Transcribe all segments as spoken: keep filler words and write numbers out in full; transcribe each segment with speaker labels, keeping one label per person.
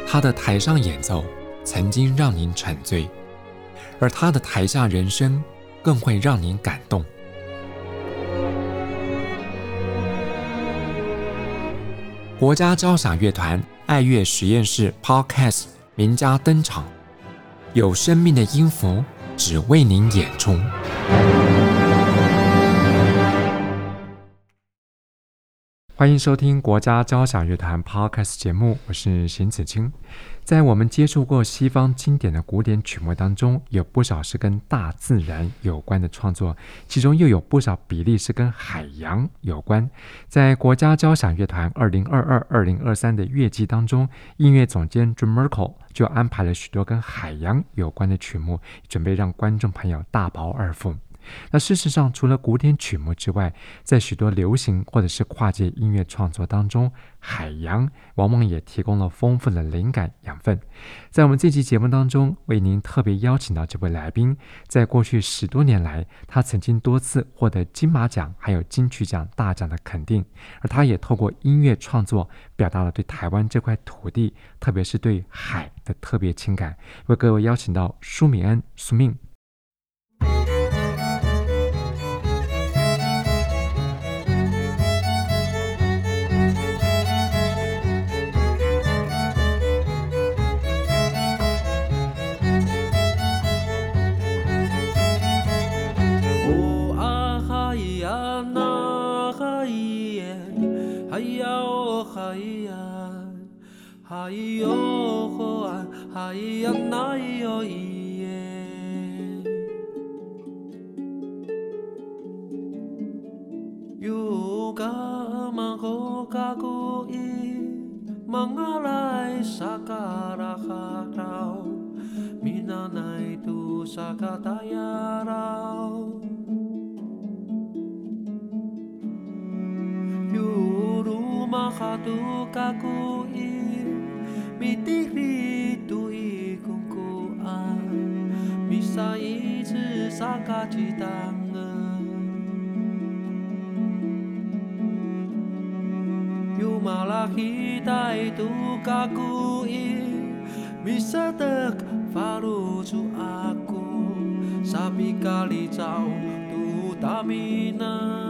Speaker 1: 他的台上演奏曾经让您沉醉，而他的台下人生更会让您感动。国家交响乐团爱乐实验室 Podcast 名家登场，有生命的音符只为您演出。欢迎收听国家交响乐团 Podcast 节目，我是邢子清。在我们接触过西方经典的古典曲目当中，有不少是跟大自然有关的创作，其中又有不少比例是跟海洋有关。在国家交响乐团二零二二、二零二三的乐季当中，音乐总监 John Merkel 就安排了许多跟海洋有关的曲目，准备让观众朋友大饱耳福。那事实上，除了古典曲目之外，在许多流行或者是跨界音乐创作当中，海洋往往也提供了丰富的灵感养分。在我们这期节目当中，为您特别邀请到这位来宾，在过去十多年来，他曾经多次获得金马奖还有金曲奖大奖的肯定，而他也透过音乐创作表达了对台湾这块土地，特别是对海的特别情感。为各位邀请到舒米恩苏命。
Speaker 2: 嗨哟吼啊，嗨呀那哟咿耶，有个芒果嘎古伊，芒阿来萨卡拉哈道，米那奈杜萨卡达亚道，有鲁玛哈杜嘎古伊。Mitiri tui kungkuan bisa izi saka citangan Yumalahi tai tu kakui bisa tek faruju aku Sabi kali jauh tu tamina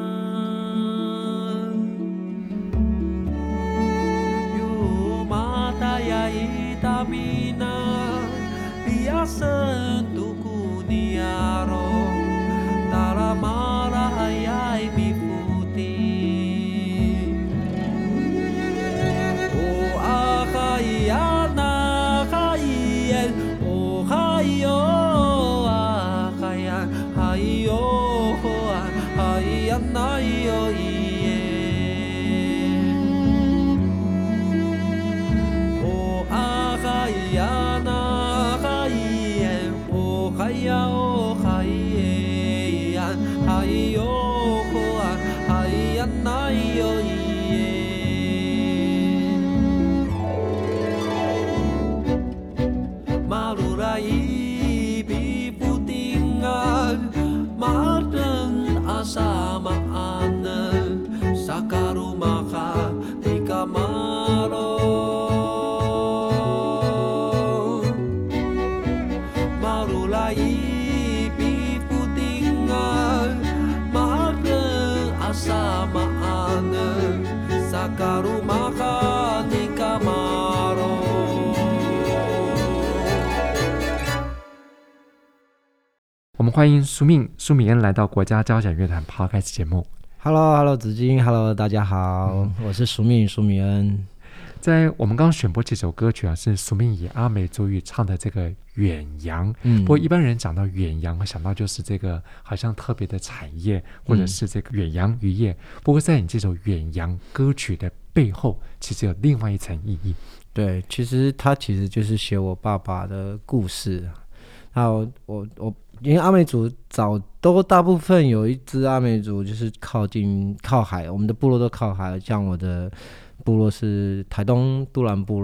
Speaker 2: Ya itamina dia sentuhku niaro tara mara ayai mi putih oh akayana kayen oh hayo akayan hayo hayana yo Malurai biputingan Maden asamaanan Sakarumaka di kamaro Malurai biputingan Maden asamaanan Sakarumaka di kamaro
Speaker 1: 我们欢迎苏命苏米恩来到国家交响乐团 Podcast 节目。
Speaker 3: Hello Hello 子金 Hello 大家好、嗯、我是苏命苏米恩。
Speaker 1: 在我们刚刚选播这首歌曲啊，是苏命以阿美族语唱的这个远洋、嗯、不过一般人讲到远洋想到就是这个好像特别的产业或者是这个远洋渔业、嗯、不过在你这首远洋歌曲的背后其实有另外一层意义。
Speaker 3: 对，其实它其实就是写我爸爸的故事。然后我我因为阿美族早都大部分有一支阿美族就是靠近靠海，我们的部落都靠海，像我的部落是台东都兰部落，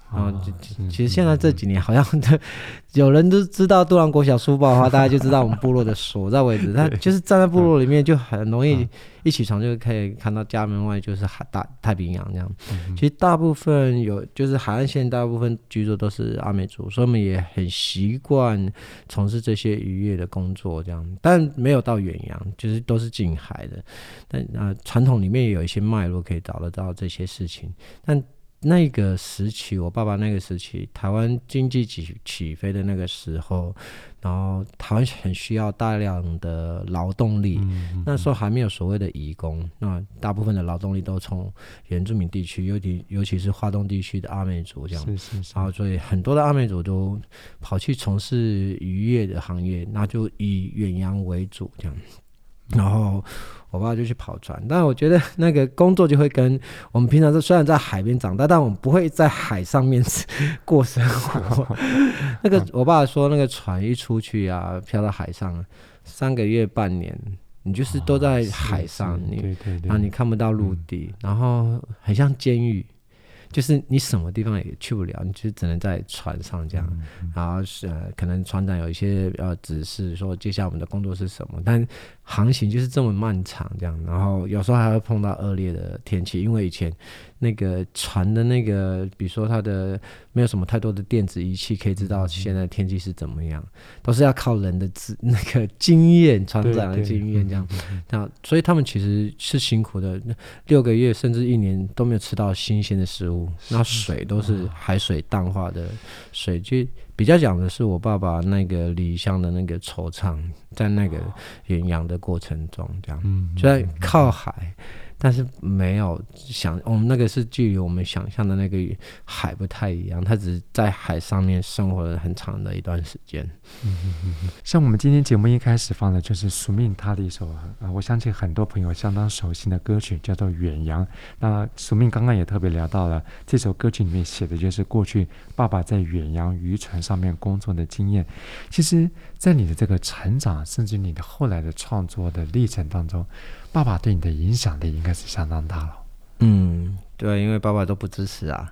Speaker 3: 然后就、哦、其实现在这几年好像有人都知道杜兰国小书报的话，大家就知道我们部落的所在位置。他就是站在部落里面就很容易一起床就可以看到家门外就是海大太平洋这样。嗯、其实大部分有就是海岸线大部分居住都是阿美族，所以我们也很习惯从事这些渔业的工作这样，但没有到远洋，就是都是近海的。但啊，传统里面也有一些脉络可以找得到这些事情，但。那个时期，我爸爸那个时期，台湾经济起起飞的那个时候，然后台湾很需要大量的劳动力，嗯嗯嗯那时候还没有所谓的移工，那大部分的劳动力都从原住民地区，尤其尤其是花东地区的阿美族这样，是是是然后所以很多的阿美族都跑去从事渔业的行业，那就以远洋为主这样。然后我爸就去跑船，但我觉得那个工作就会跟我们平常虽然在海边长大，但我们不会在海上面过生活。那个我爸说，那个船一出去啊，飘到海上，三个月半年，你就是都在海上，哦、你对对对然后你看不到陆地，嗯、然后很像监狱。就是你什么地方也去不了，你就只能在船上这样，嗯嗯然后是、呃、可能船长有一些呃指示说接下来我们的工作是什么，但航行就是这么漫长这样，然后有时候还会碰到恶劣的天气，因为以前那个船的那个，比如说它的没有什么太多的电子仪器可以知道现在天气是怎么样，都是要靠人的自那个经验，船长的经验这样，那所以他们其实是辛苦的，六个月甚至一年都没有吃到新鲜的食物。那水都是海水淡化的水，就比较讲的是我爸爸那个离乡的那个惆怅，在那个远洋的过程中，这样，虽然靠海，但是没有想，我们那个是距离我们想象的那个海不太一样，他只是在海上面生活了很长的一段时间。
Speaker 1: 嗯嗯嗯像我们今天节目一开始放的就是苏命他的一首、呃、我相信很多朋友相当熟悉的歌曲，叫做《远洋》。那苏命刚刚也特别聊到了这首歌曲里面写的就是过去爸爸在远洋渔船上面工作的经验。其实在你的这个成长，甚至你的后来的创作的历程当中，爸爸对你的影响力应该是相当大了。
Speaker 3: 嗯，对，因为爸爸都不支持啊。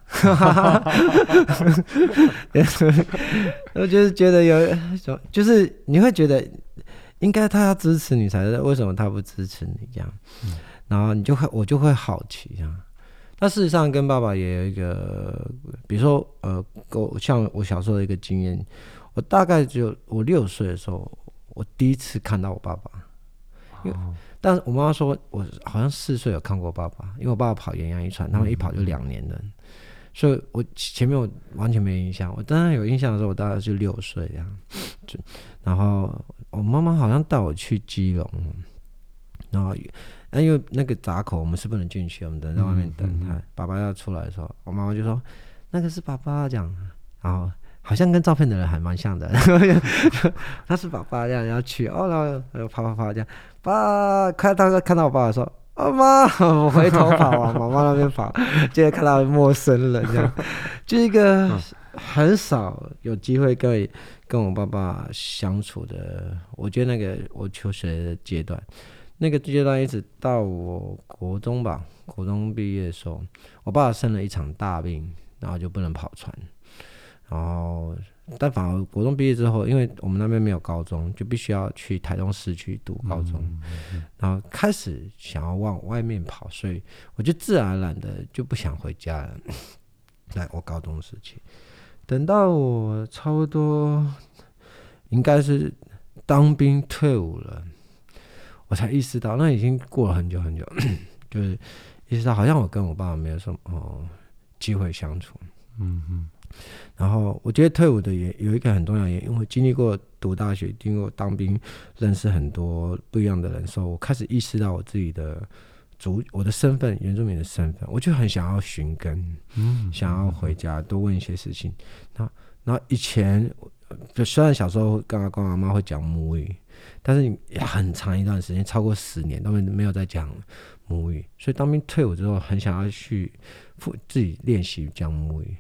Speaker 3: 我就是觉得有，就是你会觉得应该他要支持你才是，为什么他不支持你这样？嗯、然后你就会，我就会好奇这样。那事实上跟爸爸也有一个，比如说呃，像我小时候的一个经验，我大概只有我六岁的时候，我第一次看到我爸爸。因为但是我妈妈说我好像四岁有看过爸爸，因为我爸爸跑远洋渔船，他们一跑就两年了，所以我前面我完全没印象。我当然有印象的时候，我大概是六岁这样，然后我妈妈好像带我去基隆，然后因为那个闸口我们是不能进去，我们等在外面等他、嗯嗯、爸爸要出来的时候，我妈妈就说那个是爸爸这样，然后好像跟照片的人还蛮像的，他是爸爸这样，然后去哦，然后跑跑跑这样，爸看到看到我爸爸说，哦妈，我回头跑往妈妈那边跑，接着看到陌生人这样，就一个很少有机会跟跟我爸爸相处的。我觉得那个我求学的阶段，那个阶段一直到我国中吧，国中毕业的时候，我爸爸生了一场大病，然后就不能跑船。然后但反而国中毕业之后，因为我们那边没有高中，就必须要去台东市区读高中、嗯嗯嗯、然后开始想要往外面跑，所以我就自然而然的就不想回家了。在我高中时期，等到我差不多应该是当兵退伍了，我才意识到那已经过了很久很久，就是意识到好像我跟我爸爸没有什么、哦、机会相处。嗯嗯然后我觉得退伍的也有一个很重要，也因为经历过读大学，经历过当兵，认识很多不一样的人，所以我开始意识到我自己的族我的身份，原住民的身份，我就很想要寻根，嗯，想要回家多问一些事情。然后，然后以前就虽然小时候跟阿公阿妈会讲母语，但是很长一段时间，超过十年都没有在讲母语，所以当兵退伍之后，很想要去自己练习讲母语。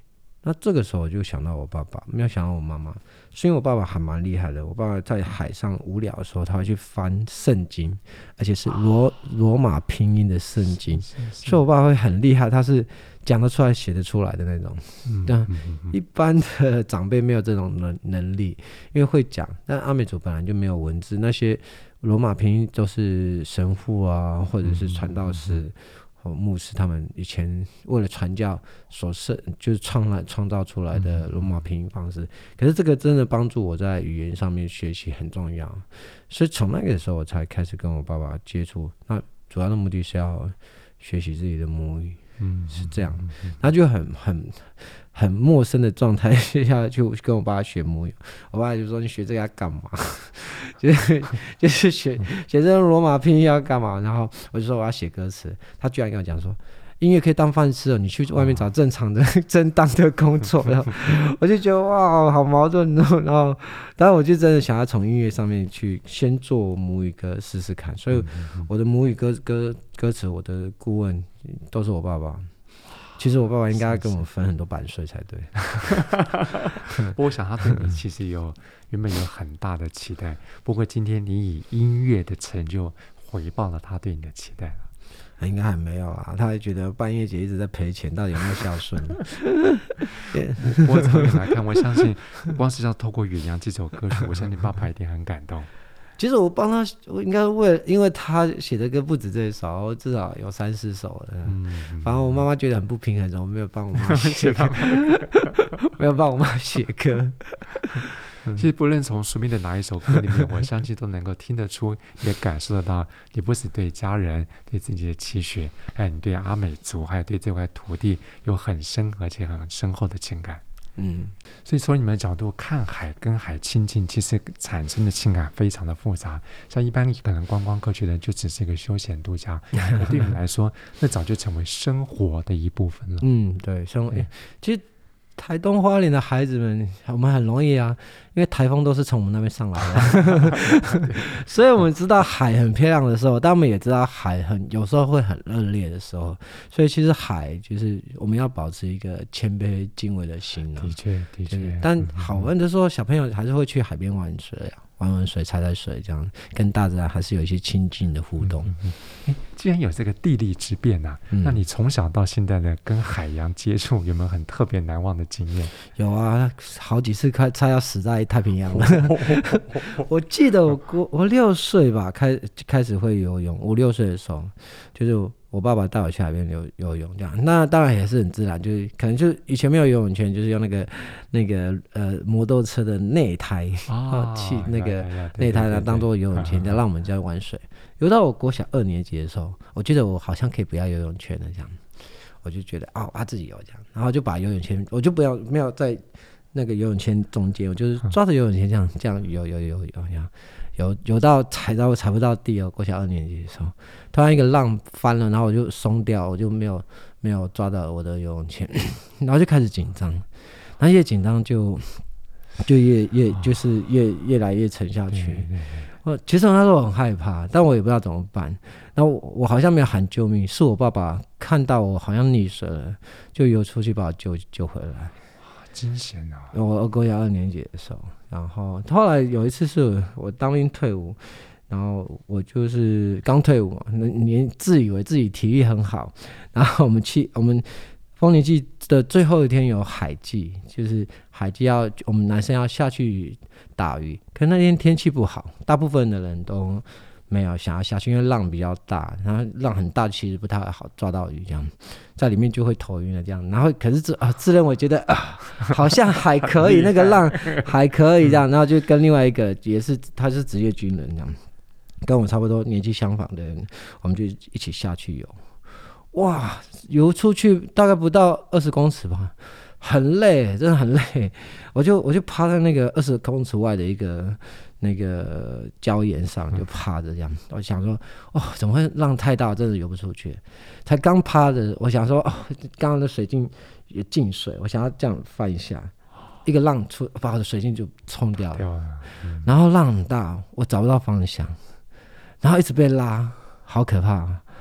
Speaker 3: 那这个时候我就想到我爸爸，没有想到我妈妈。所以我爸爸还蛮厉害的，我爸爸在海上无聊的时候，他会去翻圣经，而且是罗罗马拼音的圣经，所以我爸爸会很厉害，他是讲得出来、写得出来的那种。嗯，嗯嗯嗯一般的长辈没有这种能能力，因为会讲，但阿美族本来就没有文字，那些罗马拼音都是神父啊，或者是传道士。嗯嗯嗯牧师他们以前为了传教所设，就是创来创造出来的罗马拼音方式，可是这个真的帮助我在语言上面学习很重要，所以从那个时候我才开始跟我爸爸接触，那主要的目的是要学习自己的母语，嗯，是这样，他就很很很陌生的状态下就跟我爸学母语，我爸就说你学这个要干嘛？就是就是学写这个罗马拼音要干嘛？然后我就说我要写歌词，他居然跟我讲说音乐可以当饭吃哦，你去外面找正常的正当的工作。然后我就觉得哇，好矛盾哦。然后，当然我就真的想要从音乐上面去先做母语歌试试看，所以我的母语歌歌歌词，我的顾问都是我爸爸。其实我爸爸应该跟我分很多版税才对。
Speaker 1: 不过我想他对你其实有原本有很大的期待，不过今天你以音乐的成就回报了他对你的期待了。
Speaker 3: 应该还没有啊，他还觉得半夜姐一直在赔钱，到底有没有孝顺？
Speaker 1: 不过长远来看，我相信光是要透过《远洋》这首歌曲，我相信爸爸一定很感动。
Speaker 3: 其实我帮他，我应该为了，因为他写的歌不止这一首，至少有三四首了。嗯，反正我妈妈觉得很不平衡，怎么没有帮我妈写歌？没有帮我妈写歌。
Speaker 1: 其实不论从书面的哪一首歌里面，我相信都能够听得出，也感受得到，你不只对家人、对自己的期许，还有你对阿美族，还有对这块土地有很深而且很深厚的情感。嗯，所以从你们的角度看海跟海亲近，其实产生的情感非常的复杂。像一般可能观光客觉得就只是一个休闲度假，可对你们来说，那早就成为生活的一部分了。
Speaker 3: 嗯，对，生活。欸、其实台东花莲的孩子们，我们很容易啊，因为台风都是从我们那边上来的，所以我们知道海很漂亮的时候，但我们也知道海很有时候会很热烈的时候，所以其实海就是我们要保持一个谦卑敬畏的心啊。
Speaker 1: 的确，的确。
Speaker 3: 但好玩的时候，小朋友还是会去海边玩水啊。玩玩水、踩踩水，这样跟大自然还是有一些亲近的互动。嗯嗯
Speaker 1: 嗯、既然有这个地利之变啊、嗯，那你从小到现在的跟海洋接触，有没有很特别难忘的经验？
Speaker 3: 有啊，好几次快差要死在太平洋了。我记得我我我六岁吧，开开始会游泳。我六岁的时候，就是我爸爸带我去海边游游泳，这样。那当然也是很自然，就是可能就以前没有游泳圈，就是用那个那个呃摩托车的内胎啊，气、哦、那个内胎来当做游泳圈，再让我们在玩水。游到我国小二年级的时候，我觉得我好像可以不要游泳圈了，这样，我就觉得啊，他自己游这样，然后就把游泳圈，我就不要没有在那个游泳圈中间，我就是抓着游泳圈这样这样游游游游这样。游游到踩到踩不到地哦，国小二年级的时候，突然一个浪翻了，然后我就松掉，我就没有没有抓到我的游泳圈，然后就开始紧张，然后越紧张就就越越就是越越来越沉下去。我其实我那时候很害怕，但我也不知道怎么办。然后 我, 我好像没有喊救命，是我爸爸看到我好像溺水了，就游出去把我救救回来。
Speaker 1: 惊险啊！
Speaker 3: 我国小二年级的时候，然后后来有一次是我当兵退伍，然后我就是刚退伍嘛，年自以为自己体力很好，然后我们去我们丰年祭的最后一天有海祭，就是海祭要我们男生要下去打鱼，可是那天天气不好，大部分的人都没有想要下去，因为浪比较大，然后浪很大，其实不太好抓到鱼，这样在里面就会头晕了这样。然后可是自啊自认为觉得啊好像还可以，那个浪还可以这样，然后就跟另外一个也是他是职业军人这样，跟我差不多年纪相仿的人，我们就一起下去游。哇，游出去大概不到二十公尺吧，很累，真的很累。我就我就趴在那个二十公尺外的一个那个礁岩上，就趴着这样。我想说，哦，怎么会浪太大，真的游不出去。才刚趴着，我想说，哦，刚刚的水镜也进水，我想要这样翻一下，一个浪出，把我的水镜就冲掉了。嗯、然后浪很大，我找不到方向，然后一直被拉，好可怕。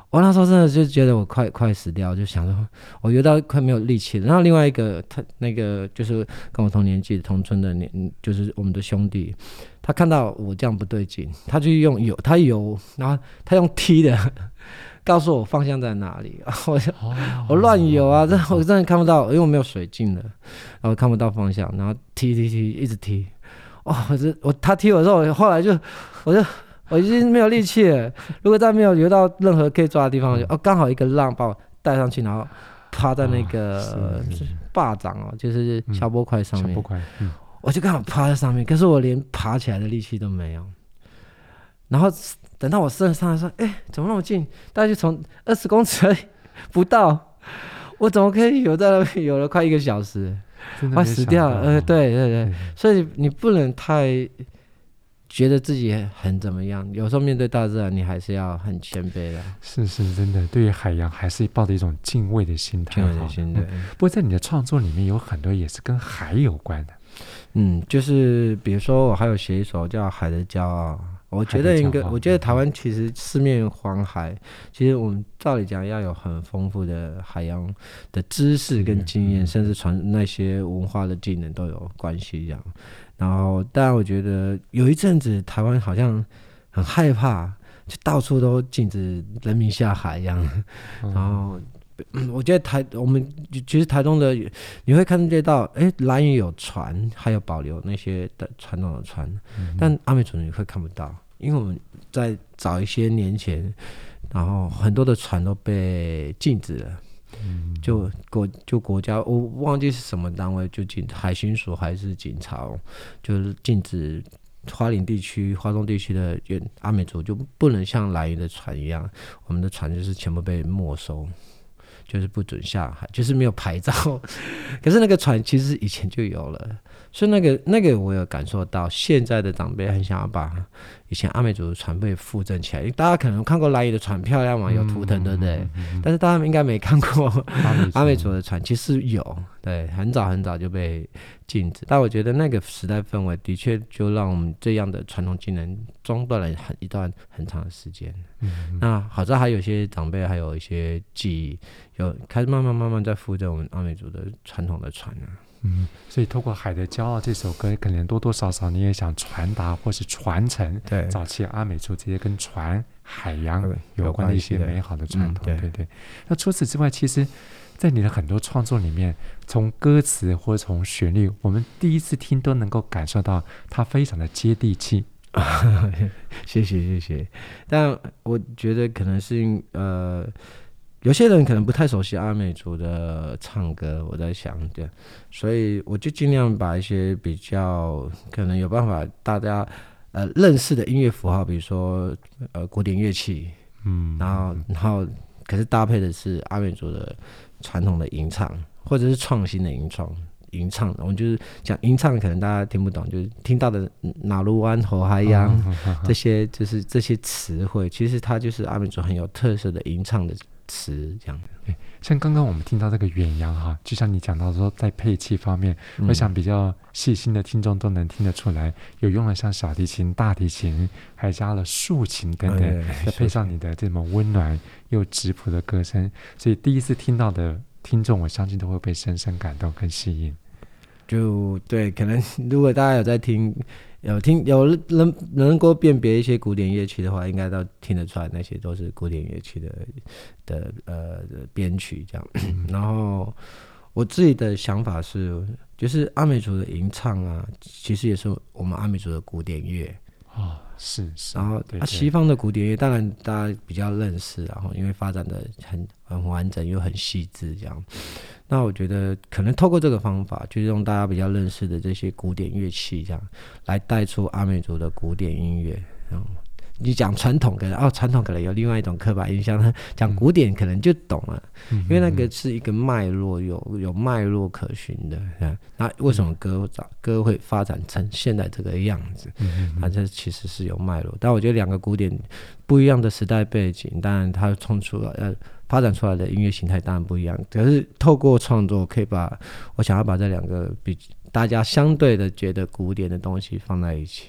Speaker 3: 我那时候真的就觉得我快快死掉，就想说我游到快没有力气了。然后另外一个他那个就是跟我同年纪同村的年，就是我们的兄弟，他看到我这样不对劲，他就用游，他游，然后他用踢的告诉我方向在哪里。我就、哦、我乱游啊，真我真的看不到，因为我没有水镜了，然后看不到方向，然后踢踢踢一直踢。哦，我这我他踢我的时候，我后来就我就。我已经没有力气了，如果再没有游到任何可以抓的地方，就哦，刚好一个浪把我带上去，然后趴在那个坝掌哦，就是消波块上面，
Speaker 1: 消波块，嗯，
Speaker 3: 我就刚好趴在上面，可是我连爬起来的力气都没有。然后等到我升上来说，哎、欸，怎么那么近？大概就从二十公尺而已不到，我怎么可以游在那边游了快一个小时？快死掉了！呃，对对对，所以你不能太。觉得自己很怎么样，有时候面对大自然你还是要很谦卑的。
Speaker 1: 是是，真的，对于海洋还是抱着一种敬畏的心态。
Speaker 3: 敬畏的心态、嗯、
Speaker 1: 不过在你的创作里面有很多也是跟海有关的。
Speaker 3: 嗯，就是比如说我还有写一首叫《海的骄傲》，我觉得应该，我觉得台湾其实四面环海，其实我们照理讲要有很丰富的海洋的知识跟经验，嗯、甚至传那些文化的技能都有关系这样。然后当然我觉得有一阵子台湾好像很害怕，就到处都禁止人民下海一样。嗯、然后我觉得台我们其实台东的你会看得到，哎，兰屿有船，还有保留那些的传统的船，嗯、但阿美族你会看不到，因为我们在早一些年前，然后很多的船都被禁止了。嗯、就国就国家我忘记是什么单位，就警海巡署还是警察，就是禁止花莲地区、花东地区的阿美族就不能像兰屿的船一样，我们的船就是全部被没收，就是不准下海，就是没有牌照。可是那个船其实以前就有了，所以那个那个我有感受到，现在的长辈很想要把以前阿美族的船被复振起来。大家可能看过兰屿的船漂亮嘛，有图腾，对不对？嗯嗯嗯、但是大家应该没看过阿美族的船，其实有，对，很早很早就被禁止。但我觉得那个时代氛围的确就让我们这样的传统技能中断了很一段很长的时间。嗯嗯、那好在还有些长辈还有一些记忆，有开始慢慢慢慢在复振我们阿美族的传统的船啊。
Speaker 1: 嗯，所以透过《海的骄傲》这首歌，可能多多少少你也想传达或是传承早期阿美族这些跟船、海洋有关的一些美好的传统。嗯、对, 对对。那除此之外，其实在你的很多创作里面，从歌词或者从旋律，我们第一次听都能够感受到它非常的接地气。
Speaker 3: 谢谢谢谢。但我觉得可能是呃。有些人可能不太熟悉阿美族的唱歌，我在想的，所以我就尽量把一些比较可能有办法大家呃认识的音乐符号，比如说呃古典乐器，嗯，然后然后可是搭配的是阿美族的传统的吟唱，或者是创新的吟唱。吟唱，我们就是讲吟唱，可能大家听不懂，就是听到的哪路湾、吼海洋、哦、这些，就是这些词汇，其实它就是阿美族很有特色的吟唱的词，这样。
Speaker 1: 像刚刚我们听到这个远洋哈，就像你讲到说，在配器方面，嗯、我想比较细心的听众都能听得出来，有用了像小提琴、大提琴，还加了竖琴等等，嗯、再配上你的这么温暖又质朴的歌声，所以第一次听到的听众，我相信都会被深深感动跟吸引。
Speaker 3: 就对，可能如果大家有在听，有听有能能够辨别一些古典乐器的话，应该都听得出来，那些都是古典乐器的的呃编曲这样。然后我自己的想法是，就是阿美族的吟唱啊，其实也是我们阿美族的古典乐。
Speaker 1: 哦，是是。
Speaker 3: 然后
Speaker 1: 对对
Speaker 3: 啊，西方的古典乐当然大家比较认识，然后因为发展的很很完整又很细致这样。那我觉得可能透过这个方法，就是用大家比较认识的这些古典乐器这样，来带出阿美族的古典音乐。然后你讲传统可能哦，传统可能有另外一种刻板印象，讲古典可能就懂了，嗯、因为那个是一个脉络，有有脉络可循的。那为什么歌歌会发展成现在这个样子？嗯、那这其实是有脉络。但我觉得两个古典不一样的时代背景，当然它冲出来呃发展出来的音乐形态当然不一样。可是透过创作，可以把我想要把这两个比大家相对的觉得古典的东西放在一起。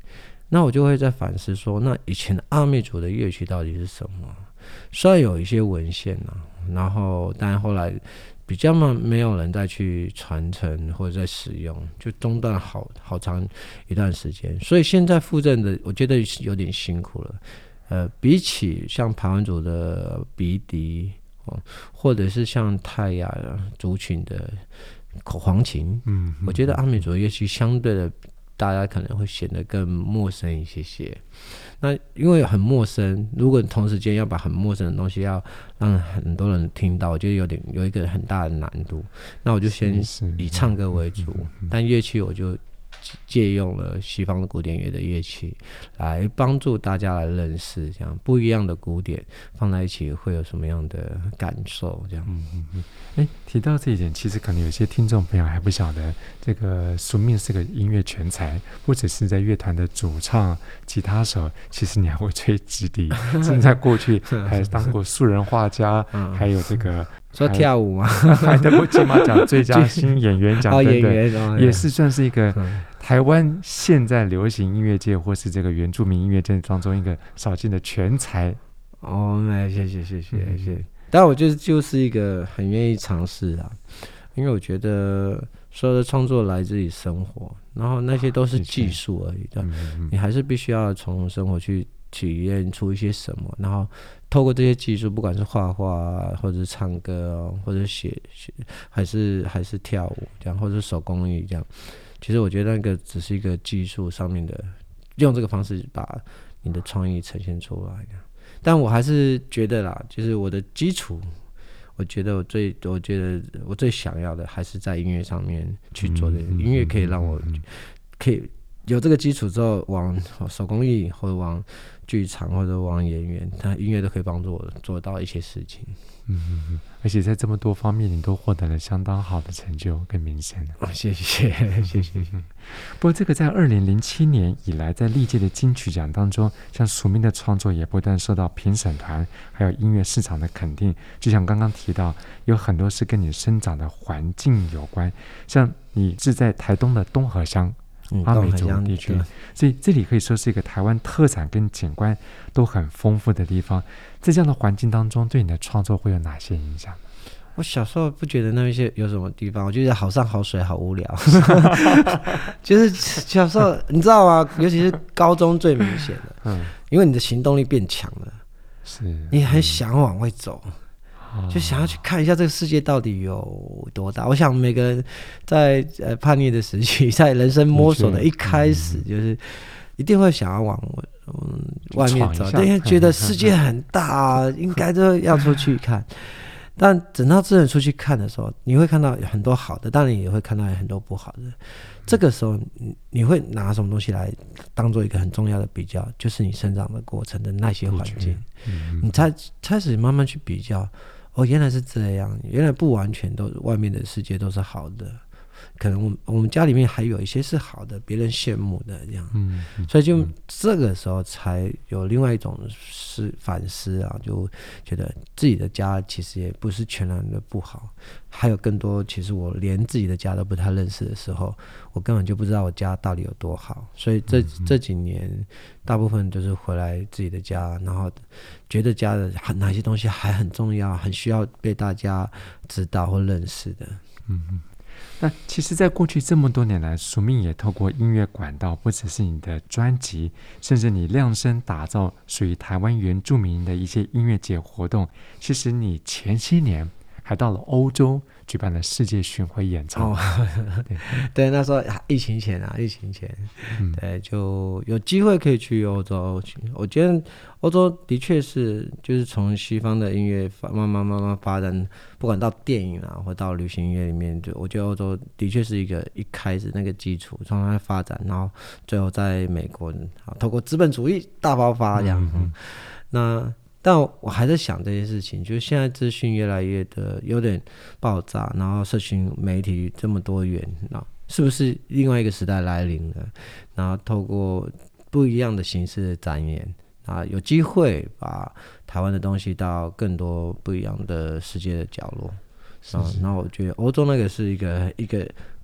Speaker 3: 那我就会在反思说，那以前阿美族的乐器到底是什么？虽然有一些文献啊，然后但后来比较嘛没有人再去传承或者在使用，就中断好好长一段时间。所以现在复振的，我觉得有点辛苦了。呃，比起像排湾族的鼻笛，哦，或者是像泰雅族群的口簧琴，嗯，我觉得阿美族的乐器相对的，大家可能会显得更陌生一些些。那因为很陌生，如果同时间要把很陌生的东西要让很多人听到，我觉得有点有一个很大的难度。那我就先以唱歌为主，但乐器我就借用了西方的古典乐的乐器来帮助大家来认识，这样不一样的古典放在一起会有什么样的感受，这样。
Speaker 1: 嗯嗯嗯。哎，提到这一点，其实可能有些听众朋友还不晓得，这个苏命是个音乐全才，不只是在乐团的主唱、吉他手，其实你还会吹直笛，甚至在过去还当过素人画家，还有这个
Speaker 3: 说跳舞吗？
Speaker 1: 还得过金马奖最佳新演员奖等等，
Speaker 3: 哦、演员哦、
Speaker 1: 也是算是一个台湾现在流行音乐界或是这个原住民音乐界当中一个少见的全才。
Speaker 3: 哦，谢谢谢谢谢谢。但我觉得就是一个很愿意尝试啊，因为我觉得所有的创作来自于生活，然后那些都是技术而已的，你还是必须要从生活去体验出一些什么，然后透过这些技术，不管是画画啊，或者是唱歌、啊，或者写写，还是还是跳舞这样，或者是手工艺这样。其实我觉得那个只是一个技术上面的，用这个方式把你的创意呈现出来。但我还是觉得啦，就是我的基础，我觉得我最，我觉得我最想要的还是在音乐上面去做的。嗯、音乐可以让我可以有这个基础之后，往手工艺或者往剧场或者往演员，它音乐都可以帮助我做到一些事情。
Speaker 1: 嗯嗯嗯，而且在这么多方面，你都获得了相当好的成就跟名声。
Speaker 3: 哦、谢谢谢谢。
Speaker 1: 不过，这个在二零零七年以来，在历届的金曲奖当中，像苏命的创作也不断受到评审团还有音乐市场的肯定。就像刚刚提到，有很多是跟你生长的环境有关，像你是在台东的东河乡。
Speaker 3: 嗯、
Speaker 1: 阿美族地区，所以这里可以说是一个台湾特产跟景观都很丰富的地方。在这样的环境当中，对你的创作会有哪些影响？
Speaker 3: 我小时候不觉得那些有什么地方，我觉得好山好水好无聊。就是小时候你知道吗？尤其是高中最明显的，嗯，因为你的行动力变强了，
Speaker 1: 是
Speaker 3: 你很想往外走。就想要去看一下这个世界到底有多大。我想每个人在呃叛逆的时期，在人生摸索的一开始，就是一定会想要往嗯外面走，因为觉得世界很大，应该都要出去看。但等到真的出去看的时候，你会看到很多好的，当然也会看到很多不好的。这个时候，你会拿什么东西来当做一个很重要的比较？就是你生长的过程的那些环境，嗯、你才开始慢慢去比较。哦，原来是这样，原来不完全都外面的世界都是好的，可能我们我们家里面还有一些是好的，别人羡慕的这样，嗯，所以就这个时候才有另外一种思反思啊，就觉得自己的家其实也不是全然的不好，还有更多其实我连自己的家都不太认识的时候，我根本就不知道我家到底有多好，所以这这几年大部分就是回来自己的家，然后觉得家的哪些东西还很重要，很需要被大家知道或认识的。
Speaker 1: 嗯嗯。那其实在过去这么多年来，苏命也透过音乐管道，不只是你的专辑，甚至你量身打造属于台湾原住民的一些音乐节活动，其实你前些年还到了欧洲举办了世界巡回演唱会。
Speaker 3: 哦、对, 对，那时候疫情前啊，疫情前，嗯、对，就有机会可以去欧洲。我觉得欧洲的确是，就是从西方的音乐慢慢慢慢发展，不管到电影啊，或到流行音乐里面，就我觉得欧洲的确是一个一开始那个基础，从它发展，然后最后在美国，透过资本主义大爆发这样。嗯嗯、那但我还在想这些事情，就是现在资讯越来越的有点爆炸，然后社群媒体这么多元，那是不是另外一个时代来临了？然后透过不一样的形式的展演啊，有机会把台湾的东西到更多不一样的世界的角落。是是啊，然后我觉得欧洲那个是一个一个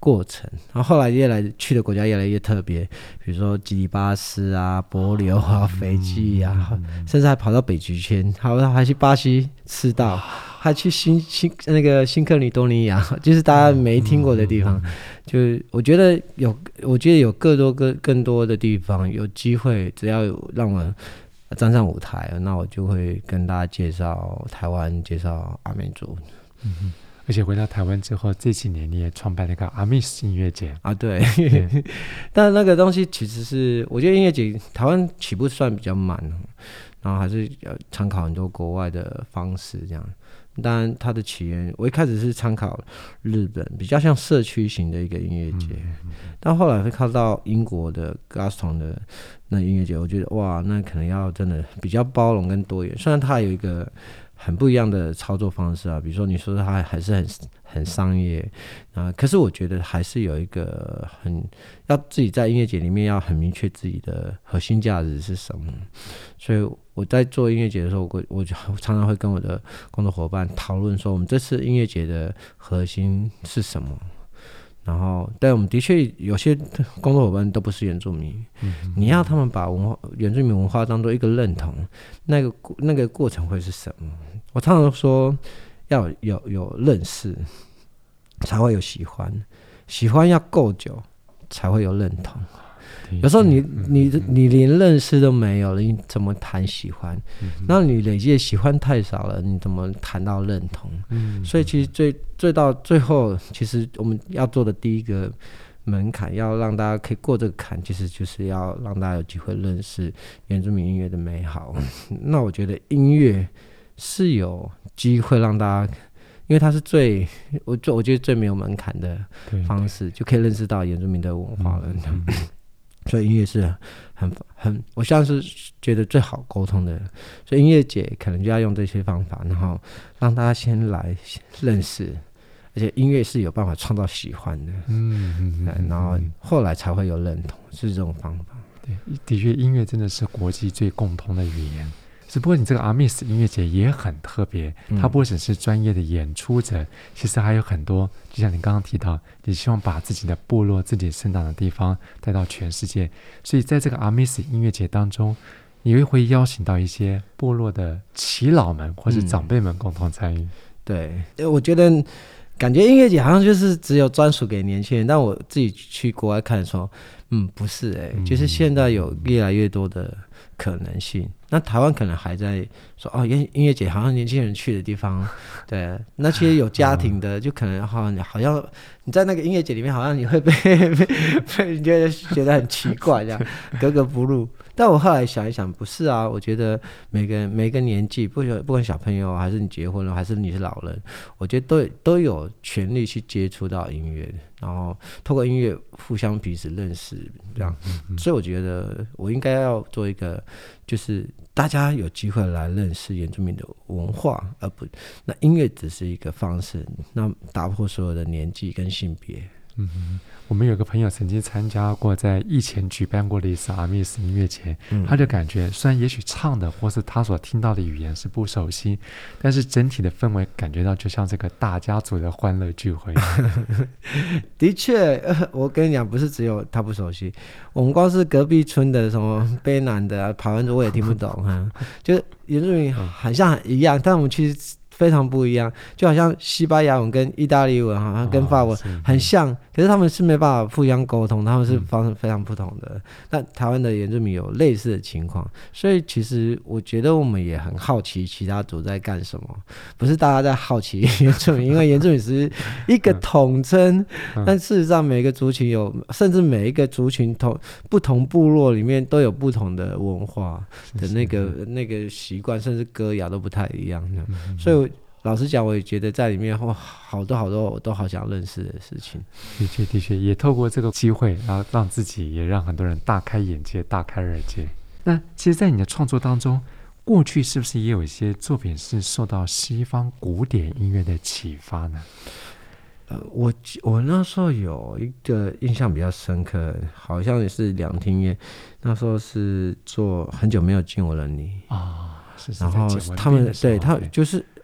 Speaker 3: 过程，然后后来越来去的国家越来越特别，比如说基里巴斯啊、帛琉啊、斐济啊，嗯、甚至还跑到北极圈，还还去巴西赤道，还去新新那个新克里多尼亚，就是大家没听过的地方。嗯、就我觉得有，我觉得有更多更更多的地方有机会，只要有让我站上舞台，那我就会跟大家介绍台湾，介绍阿美族。
Speaker 1: 嗯，而且回到台湾之后，这几年你也创办了一个阿密斯音乐节
Speaker 3: 啊，对。对但那个东西其实是，我觉得音乐节台湾起步算比较慢，然后还是要参考很多国外的方式这样。当然，它的起源我一开始是参考日本，比较像社区型的一个音乐节，嗯、但后来会看到英国的 Glaston 的那音乐节，我觉得哇，那可能要真的比较包容跟多元。虽然它有一个很不一样的操作方式啊，比如说你说它还是很很商业啊，可是我觉得还是有一个很要自己在音乐节里面要很明确自己的核心价值是什么。所以我在做音乐节的时候，我我常常会跟我的工作伙伴讨论说，我们这次音乐节的核心是什么。然后，但我们的确有些工作伙伴都不是原住民，嗯、你要他们把文化原住民文化当做一个认同，那个那个过程会是什么？我常常说，要有有有认识，才会有喜欢，喜欢要够久，才会有认同。有时候你你你连认识都没有了，你怎么谈喜欢？那你累积的喜欢太少了，你怎么谈到认同？所以其实最最到最后，其实我们要做的第一个门槛，要让大家可以过这个坎，其实就是要让大家有机会认识原住民音乐的美好。那我觉得音乐是有机会让大家，因为它是最我我觉得最没有门槛的方式，就可以认识到原住民的文化了。嗯所以音乐是很很，我像是觉得最好沟通的，所以音乐节可能就要用这些方法，然后让大家先来认识，而且音乐是有办法创造喜欢的，嗯嗯嗯，然后后来才会有认同，是这种方法。
Speaker 1: 对，的确，音乐真的是国际最共通的语言。只不过你这个阿密斯音乐节也很特别，它不只是专业的演出者，嗯、其实还有很多，就像你刚刚提到，你希望把自己的部落、自己生长的地方带到全世界，所以在这个阿密斯音乐节当中，你又会邀请到一些部落的耆老们或是长辈们共同参与。嗯、
Speaker 3: 对，我觉得感觉音乐节好像就是只有专属给年轻人，但我自己去国外看的时候，嗯，不是哎、欸，就是现在有越来越多的可能性。那台湾可能还在说哦，音乐节好像年轻人去的地方，对，那些有家庭的，就可能好像好像你在那个音乐节里面，好像你会被被被人觉得觉得很奇怪，这样格格不入。但我后来想一想，不是啊，我觉得每个每个年纪，不不管小朋友还是你结婚了，还是你是老人，我觉得都都有权利去接触到音乐，然后透过音乐互相彼此认识，这样。所以我觉得我应该要做一个，就是大家有机会来认识原住民的文化，而不那音乐只是一个方式，那打破所有的年纪跟性别。
Speaker 1: 嗯，我们有个朋友曾经参加过在疫前举办过的一次阿密斯音乐节，嗯、他就感觉虽然也许唱的或是他所听到的语言是不熟悉，但是整体的氛围感觉到就像这个大家族的欢乐聚会。
Speaker 3: 的确，我跟你讲，不是只有他不熟悉，我们光是隔壁村的什么卑南的、啊、排湾族我也听不懂哈，就是原住民好像一样，但我们其实非常不一样，就好像西班牙文跟意大利文好像跟法文很像，哦、可是他们是没办法互相沟通，他们是方式非常不同的。嗯、但台湾的原住民有类似的情况，所以其实我觉得我们也很好奇其他族在干什么，不是大家在好奇原住民，因为原住民是一个统称，嗯、但事实上每个族群有，甚至每一个族群同不同部落里面都有不同的文化的那个是是那个习惯，甚至歌谣都不太一样，嗯、所以。老实讲，我也觉得在里面哇，好多好多我都好想认识的事情。
Speaker 1: 的确，的确，也透过这个机会，然后让自己也让很多人大开眼界、大开耳界。那其实，在你的创作当中，过去是不是也有一些作品是受到西方古典音乐的启发呢？
Speaker 3: 呃，我我那时候有一个印象比较深刻，好像也是两厅院，那时候是做很久没有进我的你啊。
Speaker 1: 哦，
Speaker 3: 然后他们对他就是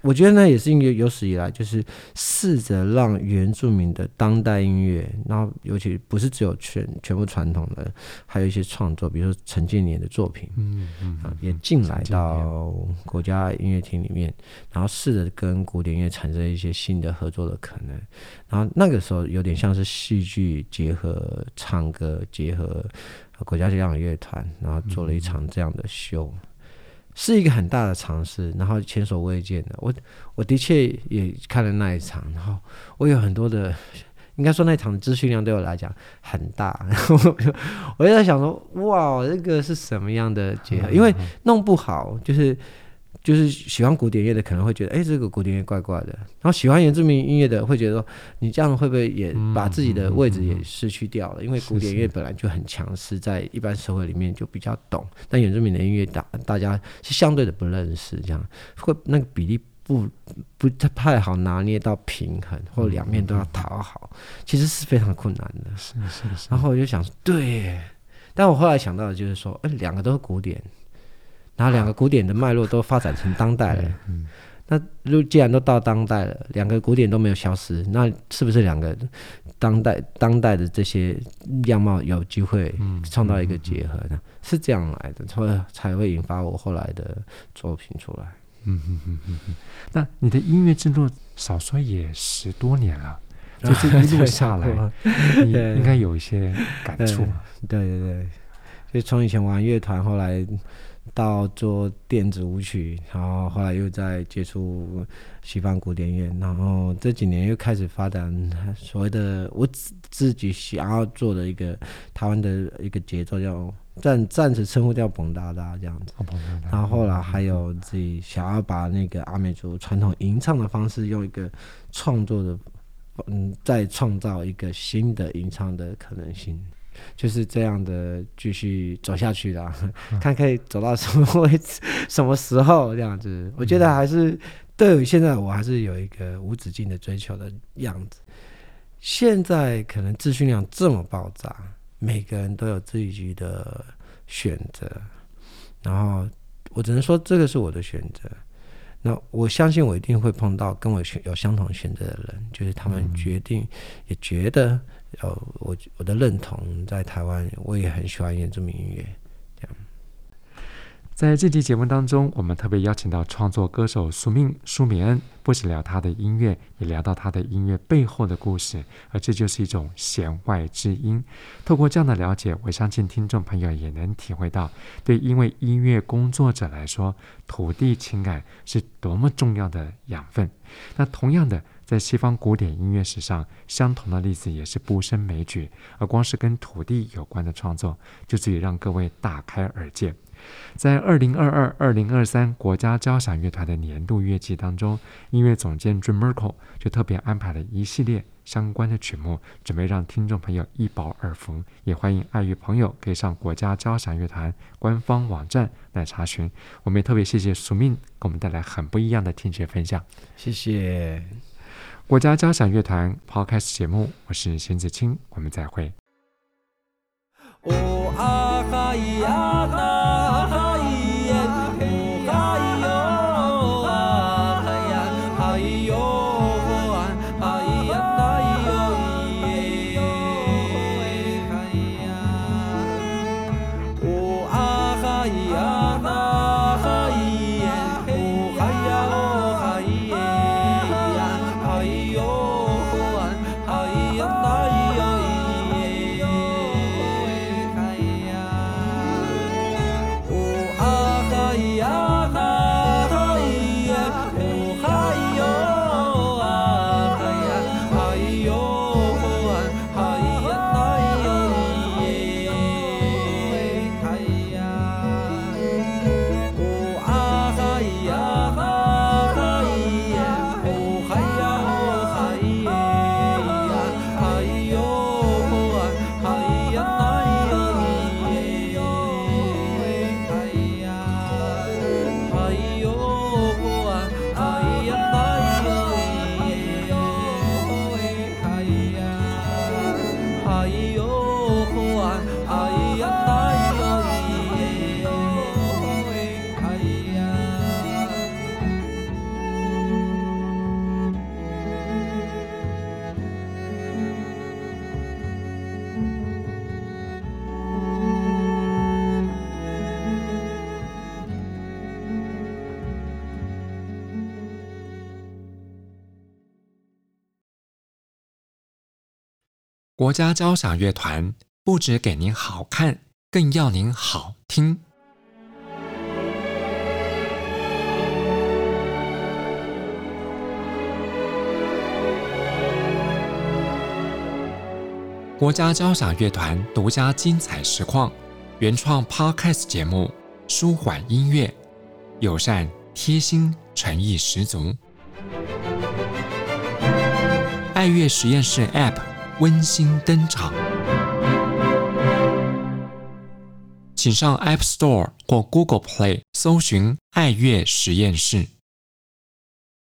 Speaker 3: 我觉得呢也是因为有史以来就是试着让原住民的当代音乐，然后尤其不是只有全全部传统的，还有一些创作，比如说陈建年的作品，
Speaker 1: 嗯嗯
Speaker 3: 啊，也进来到国家音乐厅里面，然后试着跟古典音乐产生一些新的合作的可能。然后那个时候有点像是戏剧结合唱歌，结合国家交响乐团，然后做了一场这样的秀。嗯，是一个很大的尝试，然后前所未见的。我我的确也看了那一场，然后我有很多的，应该说那一场的资讯量对我来讲很大，然后我就在想说，哇，这个是什么样的结合？因为弄不好，就是就是喜欢古典乐的可能会觉得，哎，这个古典乐怪怪的。然后喜欢原住民音乐的会觉得说，你这样会不会也把自己的位置也失去掉了？因为古典乐本来就很强势，在一般社会里面就比较懂，但原住民的音乐大大家是相对的不认识，这样会那个比例不不太好拿捏到平衡，或两面都要讨好，其实是非常困难的。
Speaker 1: 是是是。
Speaker 3: 然后我就想说，对，但我后来想到的就是说，哎，两个都是古典。然后两个古典的脉络都发展成当代了，嗯，那如既然都到当代了，两个古典都没有消失，那是不是两个当代当代的这些样貌有机会创造一个结合呢？嗯嗯嗯、是这样来的，才才会引发我后来的作品出来。
Speaker 1: 嗯嗯嗯嗯嗯。那你的音乐制作少说也十多年了，就是一路下来，你应该有一些感触。
Speaker 3: 对对对，就从以前玩乐团，后来到做电子舞曲，然后后来又在接触西方古典乐，然后这几年又开始发展所谓的我自己想要做的一个台湾的一个节奏，叫暂暂时称呼叫蹦哒哒这样子。
Speaker 1: 哦，
Speaker 3: 然后后来还有自己想要把那个阿美族传统吟唱的方式，用一个创作的，嗯，再创造一个新的吟唱的可能性。就是这样的继续走下去啦，嗯、看可以走到什么位置、什么时候这样子。我觉得还是对于现在我还是有一个无止境的追求的样子。现在可能资讯量这么爆炸，每个人都有自己的选择，然后我只能说这个是我的选择。那我相信我一定会碰到跟我有相同选择的人，就是他们决定也觉得呃，我我的认同在台湾，我也很喜欢原住民音乐，这样。
Speaker 1: 在这期节目当中，我们特别邀请到创作歌手苏命舒米恩，不只聊他的音乐，也聊到他的音乐背后的故事，而这就是一种弦外之音。透过这样的了解，我相信听众朋友也能体会到，对因为音乐工作者来说，土地情感是多么重要的养分。那同样的，在西方古典音乐史上，相同的例子也是不胜枚举，而光是跟土地有关的创作，就足以让各位大开耳界。在二零二二、二零二三国家交响乐团的年度乐季当中，音乐总监 Jim Merkel 就特别安排了一系列相关的曲目，准备让听众朋友一饱耳福。也欢迎爱乐朋友可以上国家交响乐团官方网站来查询。我们也特别谢谢苏命给我们带来很不一样的听觉分享，
Speaker 3: 谢谢。
Speaker 1: 国家交响乐团 Podcast 节目，我是邢子清，我们再会。
Speaker 2: 哦啊哈咿呀哈哈咿耶，哦哈咿哟啊哈呀哈咿哟啊哈咿呀哈咿哟咿耶哈咿呀，哦啊哈咿呀哈哈咿耶，哦哈呀哦哈咿耶呀哈咿哟啊哈咿呀哈咿哟咿耶。
Speaker 1: 国家交响乐团不只给您好看，更要您好听。国家交响乐团独家精彩实况，原创 Podcast 节目，舒缓音乐，友善贴心，诚意十足。爱乐实验室 App 温馨登场，请上 App Store 或 Google Play 搜寻爱乐实验室。